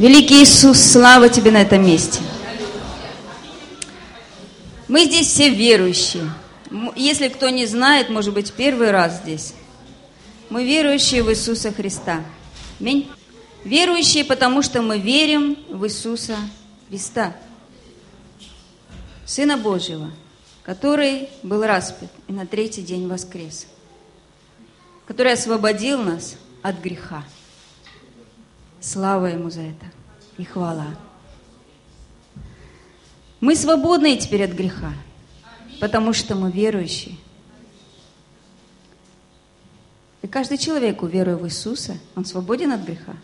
Великий Иисус, слава Тебе на этом месте. Мы здесь все верующие. Если кто не знает, может быть, первый раз здесь. Мы верующие в Иисуса Христа. Аминь. Верующие, потому что мы верим в Иисуса Христа, Сына Божьего, который был распят и на третий день воскрес, который освободил нас от греха. Слава Ему за это и хвала. Мы свободны теперь от греха, потому что мы верующие. И каждый человек, уверуя в Иисуса, он свободен от греха.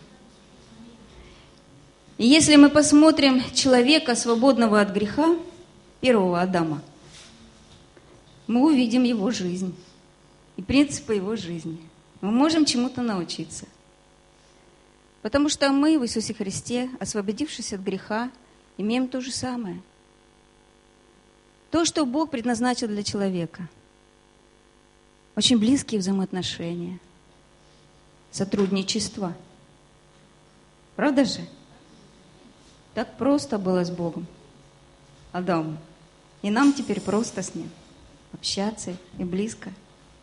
И если мы посмотрим человека, свободного от греха, первого Адама, мы увидим его жизнь и принципы его жизни. Мы можем чему-то научиться. Потому что мы в Иисусе Христе, освободившись от греха, имеем то же самое. То, что Бог предназначил для человека. Очень близкие взаимоотношения, сотрудничество. Правда же? Так просто было с Богом, Адаму. И нам теперь просто с Ним общаться и близко.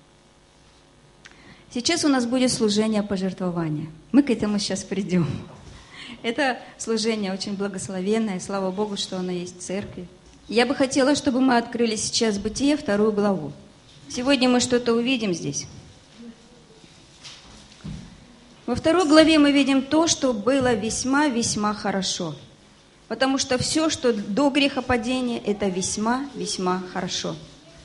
Сейчас у нас будет служение пожертвования. Мы к этому сейчас придем. Это служение очень благословенное. Слава Богу, что оно есть в церкви. Я бы хотела, чтобы мы открыли сейчас Бытие, 2 главу. Сегодня мы что-то увидим здесь. Во 2 главе мы видим то, что было весьма-весьма хорошо. Потому что все, что до грехопадения, это весьма-весьма хорошо.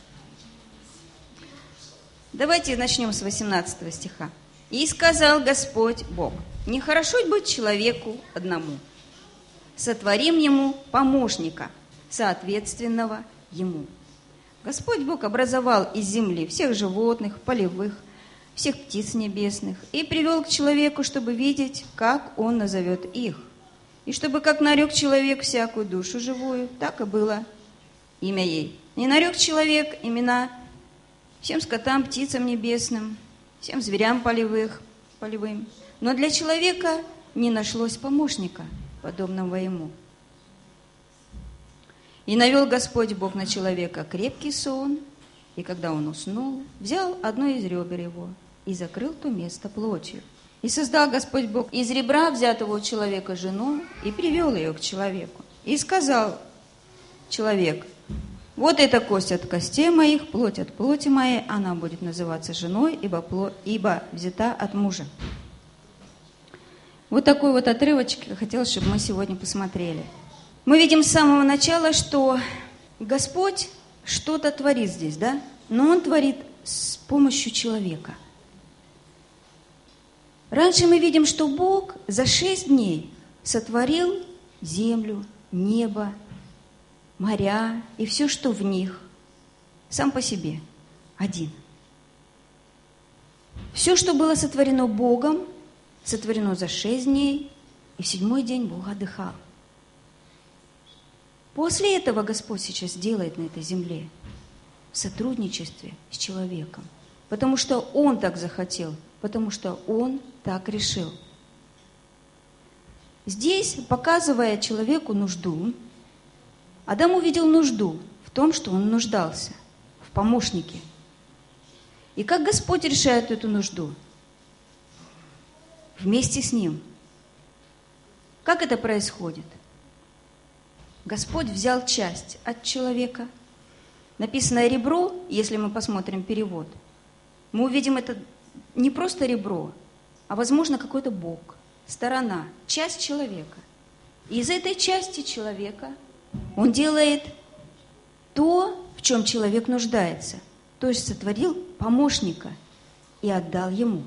Давайте начнем с 18 стиха. «И сказал Господь Бог, нехорошо быть человеку одному. Сотворим ему помощника, соответственного ему». Господь Бог образовал из земли всех животных, полевых, всех птиц небесных и привел к человеку, чтобы видеть, как он назовет их. И чтобы, как нарек человек всякую душу живую, так и было имя ей. И нарек человек имена всем скотам, птицам небесным, всем зверям полевым. Но для человека не нашлось помощника, подобного ему. И навел Господь Бог на человека крепкий сон, и когда он уснул, взял одно из ребер его и закрыл то место плотью. И создал Господь Бог из ребра, взятого у человека, жену, и привел ее к человеку. И сказал человек: вот эта кость от костей моих, плоть от плоти моей, она будет называться женой, ибо взята от мужа. Вот такой вот отрывочек я хотела, чтобы мы сегодня посмотрели. Мы видим с самого начала, что Господь что-то творит здесь, да? Но Он творит с помощью человека. Раньше мы видим, что Бог за 6 дней сотворил землю, небо, моря и все, что в них, сам по себе, один. Все, что было сотворено Богом, сотворено за 6 дней, и в 7-й день Бог отдыхал. После этого Господь сейчас делает на этой земле в сотрудничестве с человеком, потому что Он так захотел, потому что Он так решил. Здесь, показывая человеку нужду, Адам увидел нужду в том, что он нуждался в помощнике. И как Господь решает эту нужду? Вместе с ним. Как это происходит? Господь взял часть от человека. Написано ребро, если мы посмотрим перевод, мы увидим это не просто ребро, а, возможно, какой-то бок, сторона, часть человека. И из этой части человека Он делает то, в чем человек нуждается. То есть сотворил помощника и отдал ему.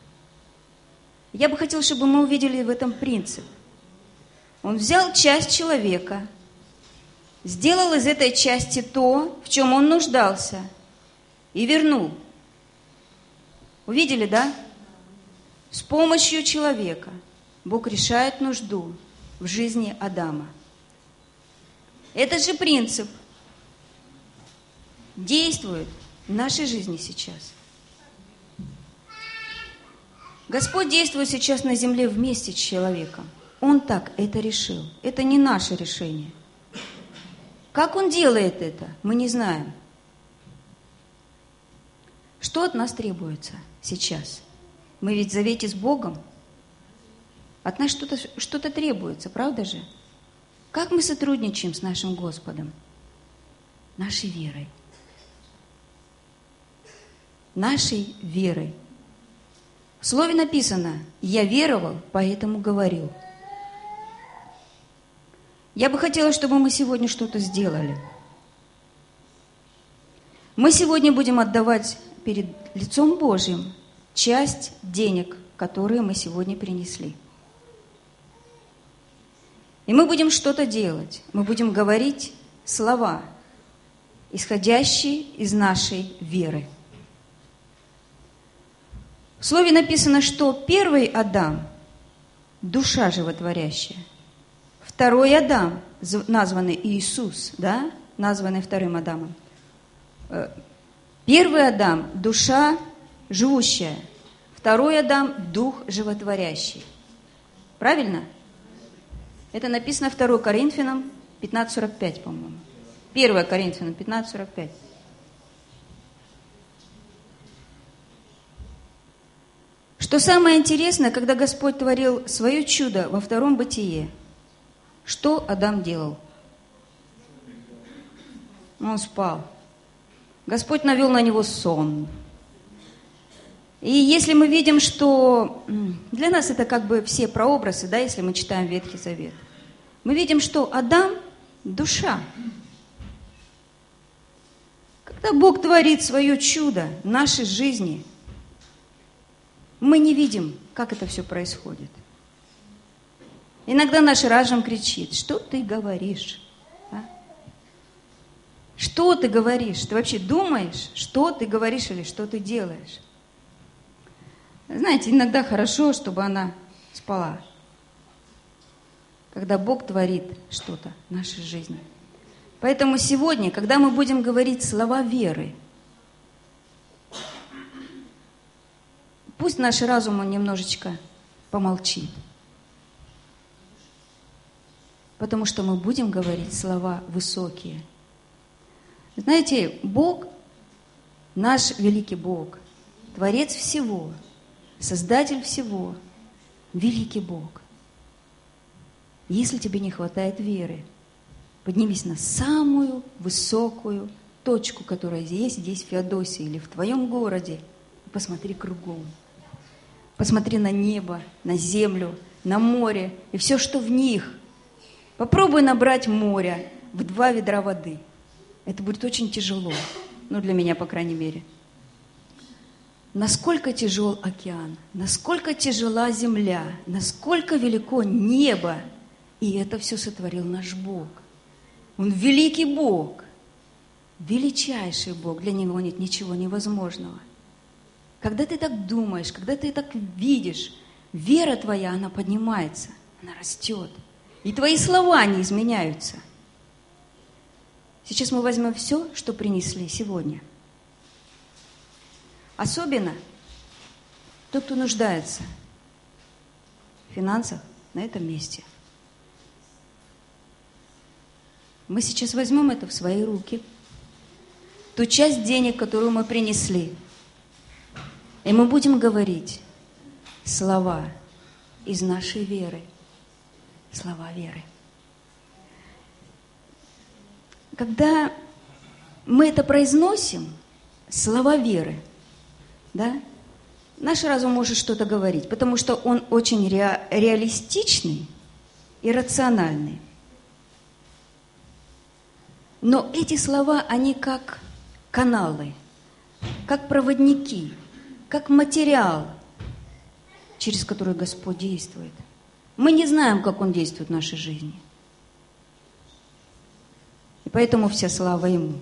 Я бы хотела, чтобы мы увидели в этом принцип. Он взял часть человека, сделал из этой части то, в чем он нуждался, и вернул. Увидели, да? С помощью человека Бог решает нужду в жизни Адама. Этот же принцип действует в нашей жизни сейчас. Господь действует сейчас на земле вместе с человеком. Он так это решил. Это не наше решение. Как Он делает это, мы не знаем. Что от нас требуется сейчас? Мы ведь в завете с Богом. От нас что-то требуется, правда же? Как мы сотрудничаем с нашим Господом? Нашей верой. Нашей верой. В Слове написано: «Я веровал, поэтому говорил». Я бы хотела, чтобы мы сегодня что-то сделали. Мы сегодня будем отдавать перед лицом Божьим часть денег, которые мы сегодня принесли. И мы будем что-то делать. Мы будем говорить слова, исходящие из нашей веры. В Слове написано, что первый Адам – душа животворящая. Второй Адам, названный Иисус, да, названный вторым Адамом. Первый Адам – душа живущая. Второй Адам – дух животворящий. Правильно? Это написано 2 Коринфянам 15:45, по-моему. 1 Коринфянам 15:45. Что самое интересное, когда Господь творил свое чудо во втором бытие, что Адам делал? Он спал. Господь навел на него сон. И если мы видим, что для нас это как бы все прообразы, да, если мы читаем Ветхий Завет, мы видим, что Адам – душа. Когда Бог творит свое чудо в нашей жизни, мы не видим, как это все происходит. Иногда наш разум кричит: что ты говоришь? А? Что ты говоришь? Ты вообще думаешь, что ты говоришь или что ты делаешь? Знаете, иногда хорошо, чтобы она спала, когда Бог творит что-то в нашей жизни. Поэтому сегодня, когда мы будем говорить слова веры, пусть наш разум, он немножечко помолчит. Потому что мы будем говорить слова высокие. Знаете, Бог, наш великий Бог, Творец всего, Создатель всего, великий Бог. Если тебе не хватает веры, поднимись на самую высокую точку, которая есть здесь, в Феодосии или в твоем городе, и посмотри кругом. Посмотри на небо, на землю, на море и все, что в них. Попробуй набрать море в 2 ведра воды. Это будет очень тяжело. Ну, для меня, по крайней мере. Насколько тяжел океан, насколько тяжела земля, насколько велико небо. И это все сотворил наш Бог. Он великий Бог, величайший Бог. Для Него нет ничего невозможного. Когда ты так думаешь, когда ты так видишь, вера твоя, она поднимается, она растет. И твои слова не изменяются. Сейчас мы возьмем все, что принесли сегодня. Особенно тот, кто нуждается в финансах на этом месте. Мы сейчас возьмем это в свои руки, ту часть денег, которую мы принесли, и мы будем говорить слова из нашей веры. Слова веры. Когда мы это произносим, слова веры, да, наш разум может что-то говорить, потому что он очень реалистичный и рациональный. Но эти слова, они как каналы, как проводники, как материал, через который Господь действует. Мы не знаем, как Он действует в нашей жизни. И поэтому вся слава Ему.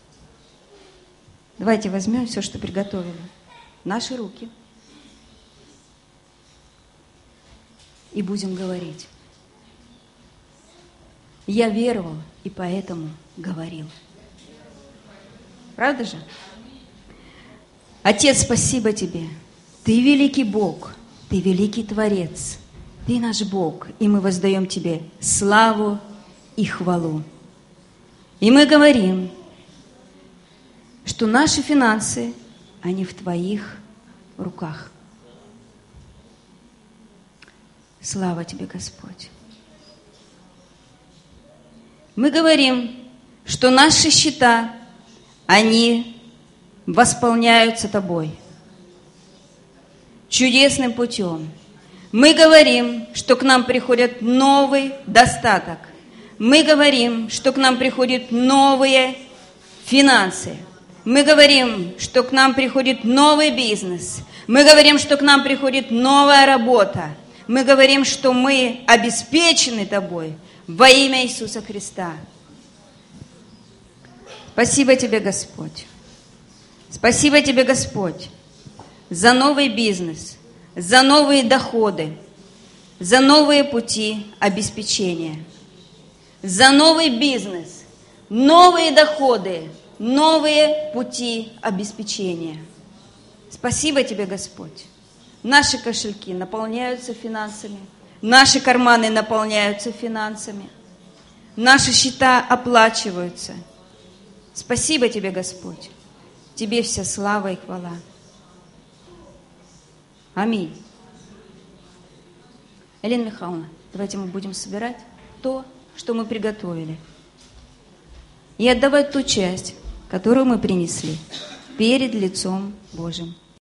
Давайте возьмем все, что приготовили, в наши руки и будем говорить. Я веровал и поэтому говорил. Правда же? Отец, спасибо Тебе. Ты великий Бог, Ты великий Творец, Ты наш Бог, и мы воздаем Тебе славу и хвалу. И мы говорим, что наши финансы, они в Твоих руках. Слава Тебе, Господь. Мы говорим, что наши счета, они восполняются Тобой чудесным путем. Мы говорим, что к нам приходит новый достаток. Мы говорим, что к нам приходят новые финансы. Мы говорим, что к нам приходит новый бизнес. Мы говорим, что к нам приходит новая работа. Мы говорим, что мы обеспечены Тобой во имя Иисуса Христа. Спасибо Тебе, Господь. Спасибо Тебе, Господь, за новый бизнес, за новые доходы, за новые пути обеспечения, за новый бизнес, новые доходы, новые пути обеспечения. Спасибо Тебе, Господь. Наши кошельки наполняются финансами, наши карманы наполняются финансами, наши счета оплачиваются. Спасибо Тебе, Господь. Тебе вся слава и хвала. Аминь. Елена Михайловна, давайте мы будем собирать то, что мы приготовили, и отдавать ту часть, которую мы принесли перед лицом Божьим.